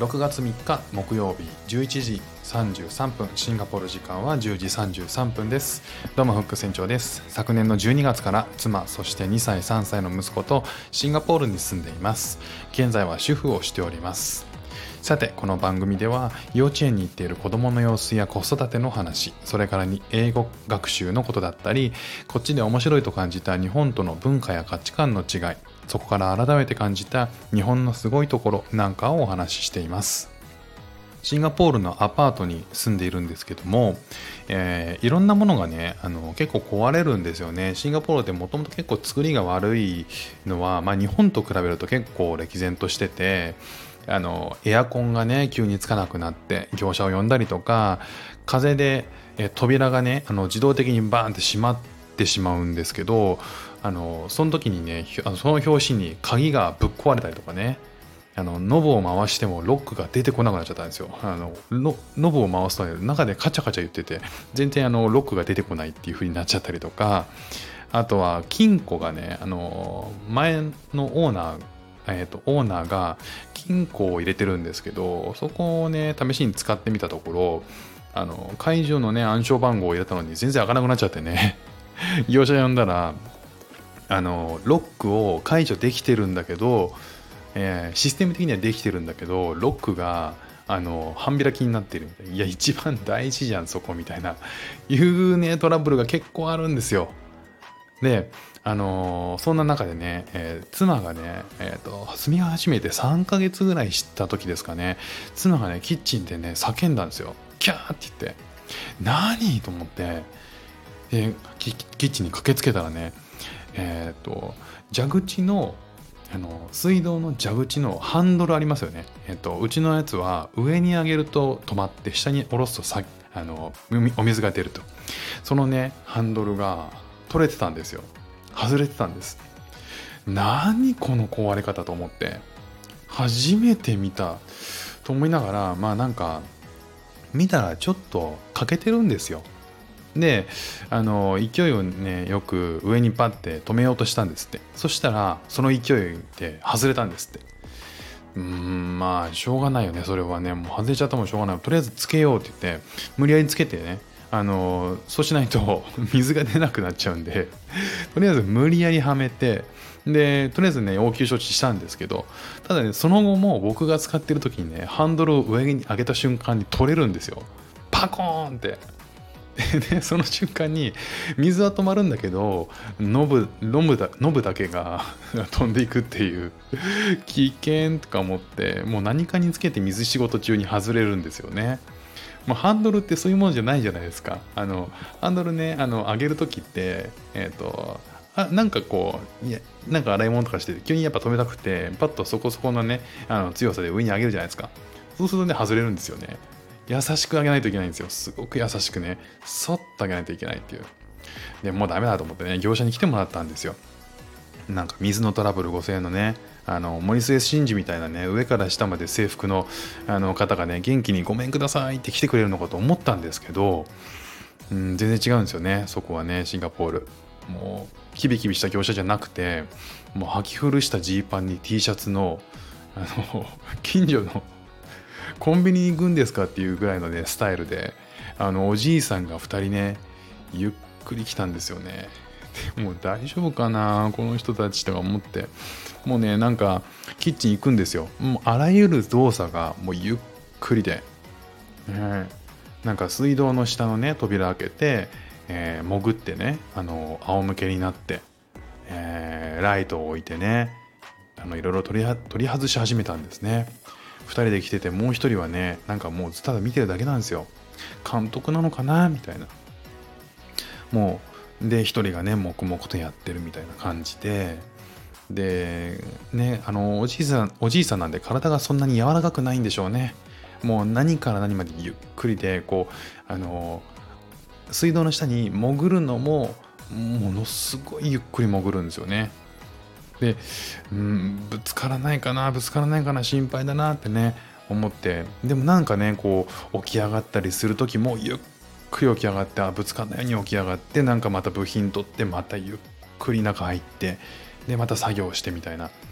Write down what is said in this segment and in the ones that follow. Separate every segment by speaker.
Speaker 1: 6月3日木曜日11時33分、シンガポール時間は10時33分です。どうもフック船長です。昨年の12月から妻、そして2歳3歳の息子とシンガポールに住んでいます。現在は主婦をしております。さて、この番組では幼稚園に行っている子どもの様子や子育ての話、それからに英語学習のことだったり、こっちで面白いと感じた日本との文化や価値観の違い、そこから改めて感じた日本のすごいところなんかをお話ししています。シンガポールのアパートに住んでいるんですけども、いろんなものがね結構壊れるんですよね。シンガポールってもともと結構作りが悪いのは、日本と比べると結構歴然としてて、エアコンがね急につかなくなって業者を呼んだりとか、風で扉がね自動的にバーンって閉まってしまうんですけど、その時にねその拍子に鍵がぶっ壊れたりとかね、ノブを回してもロックが出てこなくなっちゃったんですよ。ノブを回すと、ね、中でカチャカチャ言ってて全然ロックが出てこないっていう風になっちゃったりとか、あとは金庫がね前のオーナーが金庫を入れてるんですけど、そこをね試しに使ってみたところ、会場のね暗証番号を入れたのに全然開かなくなっちゃってね業者呼んだらロックを解除できてるんだけど、システム的にはできてるんだけどロックが半開きになってるみたいな、いや一番大事じゃんそこみたいないうねトラブルが結構あるんですよ。でそんな中でね、妻がね、住み始めて3ヶ月ぐらいした時ですかね、妻がねキッチンでね叫んだんですよ。キャーって言って、何と思って、キッチンに駆けつけたらね、蛇口の水道の蛇口のハンドルありますよね。うちのやつは上に上げると止まって下に下ろすとお水が出ると、そのねハンドルが取れてたんですよ。外れてたんです。何この壊れ方と思って、初めて見たと思いながら、なんか見たらちょっと欠けてるんですよ。で勢いをねよく上にパッて止めようとしたんですって。そしたらその勢いで外れたんですって。しょうがないよね、それはね。もう外れちゃったもんしょうがない。とりあえずつけようって言って無理やりつけてね、そうしないと水が出なくなっちゃうんでとりあえず無理やりはめて、でとりあえずね応急処置したんですけど、ただねその後も僕が使ってる時にねハンドルを上に上げた瞬間に取れるんですよ。パコーンってでその瞬間に水は止まるんだけどノブだけが飛んでいくっていう危険とか思って、もう何かにつけて水仕事中に外れるんですよね。ハンドルってそういうものじゃないじゃないですか。ハンドルね上げるときってなんかこうなんか洗い物とかして急にやっぱ止めたくてパッとそこそこのね強さで上に上げるじゃないですか。そうするとね外れるんですよね。優しく上げないといけないんですよ。すごく優しくねそっと上げないといけないっていう。でもうダメだと思ってね業者に来てもらったんですよ。なんか水のトラブル5000円のね森末慎二みたいなね上から下まで制服の方がね元気にごめんくださいって来てくれるのかと思ったんですけど、全然違うんですよね。そこはねシンガポールもうキビキビした業者じゃなくて、もう履き古したジーパンに T シャツの近所のコンビニに行くんですかっていうぐらいのねスタイルでおじいさんが2人ねゆっくり来たんですよね。でもう大丈夫かなこの人たちとか思って、もうねなんかキッチン行くんですよ。もうあらゆる動作がもうゆっくりで、なんか水道の下のね扉開けて、潜ってね仰向けになって、ライトを置いてねいろいろ取り外し始めたんですね。2人で来てて、もう1人はねなんかもうただ見てるだけなんですよ。監督なのかなみたいな。もうで1人がね黙々とやってるみたいな感じで、でねおじいさんなんで体がそんなに柔らかくないんでしょうね。もう何から何までゆっくりで、こう水道の下に潜るのもものすごいゆっくり潜るんですよね。でぶつからないかな心配だなってね思って、でもなんかねこう起き上がったりする時もゆっくり起き上がって、ぶつかんないように起き上がって、なんかまた部品取ってまたゆっくり中入って、でまた作業してみたいな。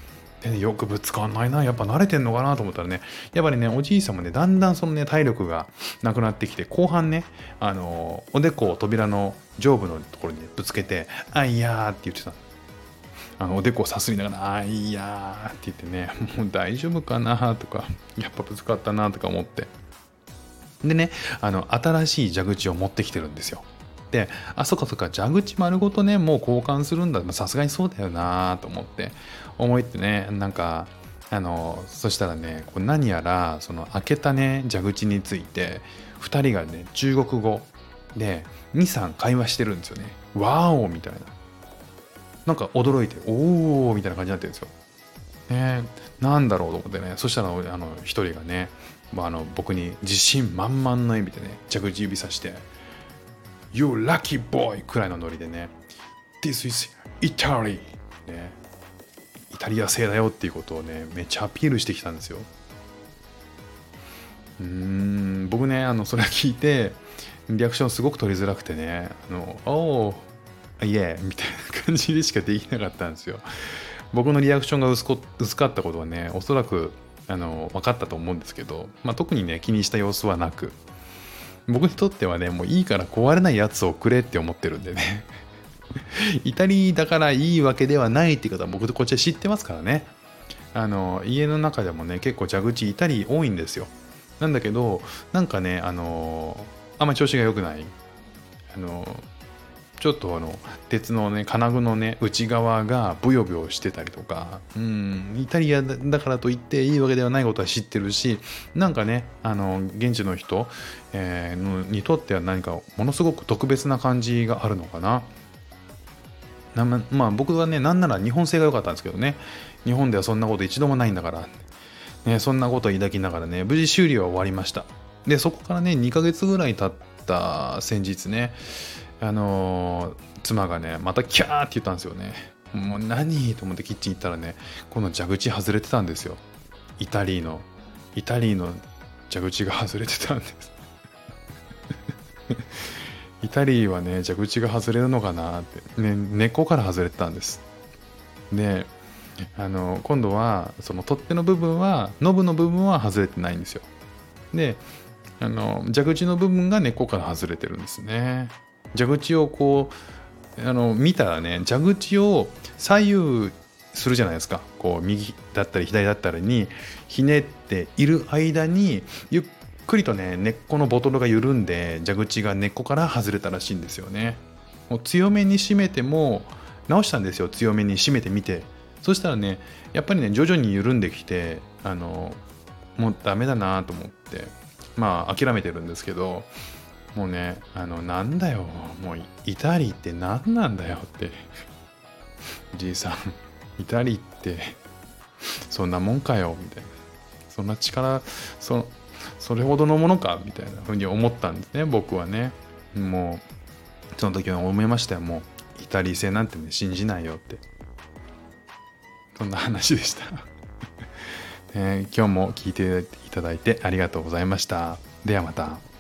Speaker 1: でね、よくぶつかんないな、やっぱ慣れてんのかなと思ったらね、やっぱりね、おじいさんもね、だんだんそのね、体力がなくなってきて、後半ね、おでこを扉の上部のところにぶつけて、あいやーって言ってた。おでこをさすりながら、あいやーって言ってね、もう大丈夫かなとか、やっぱぶつかったなとか思って。でね、新しい蛇口を持ってきてるんですよ。で、あ、そっかそっか、蛇口丸ごとね、もう交換するんだ。さすがにそうだよなと思ってね、なんか、そしたらね、こう何やら、その開けたね、蛇口について、2人がね、中国語で2、3会話してるんですよね。わーおみたいな。なんか驚いて、おーみたいな感じになってるんですよ。ね、なんだろうと思ってね、そしたら一人がね、僕に自信満々の意味でね、蛇口指さして、You lucky boy! くらいのノリでね、This is Italy! ね、イタリア製だよっていうことをね、めっちゃアピールしてきたんですよ。僕ね、それ聞いて、リアクションすごく取りづらくてね、おー、いえ、みたいな感じでしかできなかったんですよ。僕のリアクションが薄かったことはね、おそらく分かったと思うんですけど、特にね、気にした様子はなく、僕にとってはね、もういいから壊れないやつをくれって思ってるんでね。イタリだからいいわけではないっていう方は僕とこっちは知ってますからね。家の中でもね、結構蛇口イタリ多いんですよ。なんだけど、なんかね、あんまり調子が良くない。ちょっと鉄のね金具のね内側がブヨブヨしてたりとか、イタリアだからといっていいわけではないことは知ってるし、なんかね現地の人、にとっては何かものすごく特別な感じがあるのかな。僕はね、なんなら日本製が良かったんですけどね、日本ではそんなこと一度もないんだから、ね、そんなことを抱きながらね、無事修理は終わりました。でそこからね2ヶ月ぐらい経った先日ね、妻がねまたキャーって言ったんですよね。もう何と思ってキッチン行ったらね、この蛇口外れてたんですよ。イタリーの蛇口が外れてたんです。イタリーはね蛇口が外れるのかなって、ね、根っこから外れてたんです。で今度はその取っ手の部分はノブの部分は外れてないんですよ。で蛇口の部分が根っこから外れてるんですね。蛇口をこう見たらね、蛇口を左右するじゃないですか。こう右だったり左だったりにひねっている間にゆっくりとね根っこのボトルが緩んで蛇口が根っこから外れたらしいんですよね。もう強めに締めても直したんですよ。強めに締めてみて、そしたらねやっぱりね徐々に緩んできてもうダメだなと思って諦めてるんですけど、もうねなんだよ、もうイタリーって何なんだよってじいさん、イタリーってそんなもんかよみたいな、そんな力それほどのものかみたいな風に思ったんですね、僕はね。もうその時は思いましたよ。もうイタリー製なんてね信じないよって、そんな話でした。今日も聞いていただいてありがとうございました。ではまた。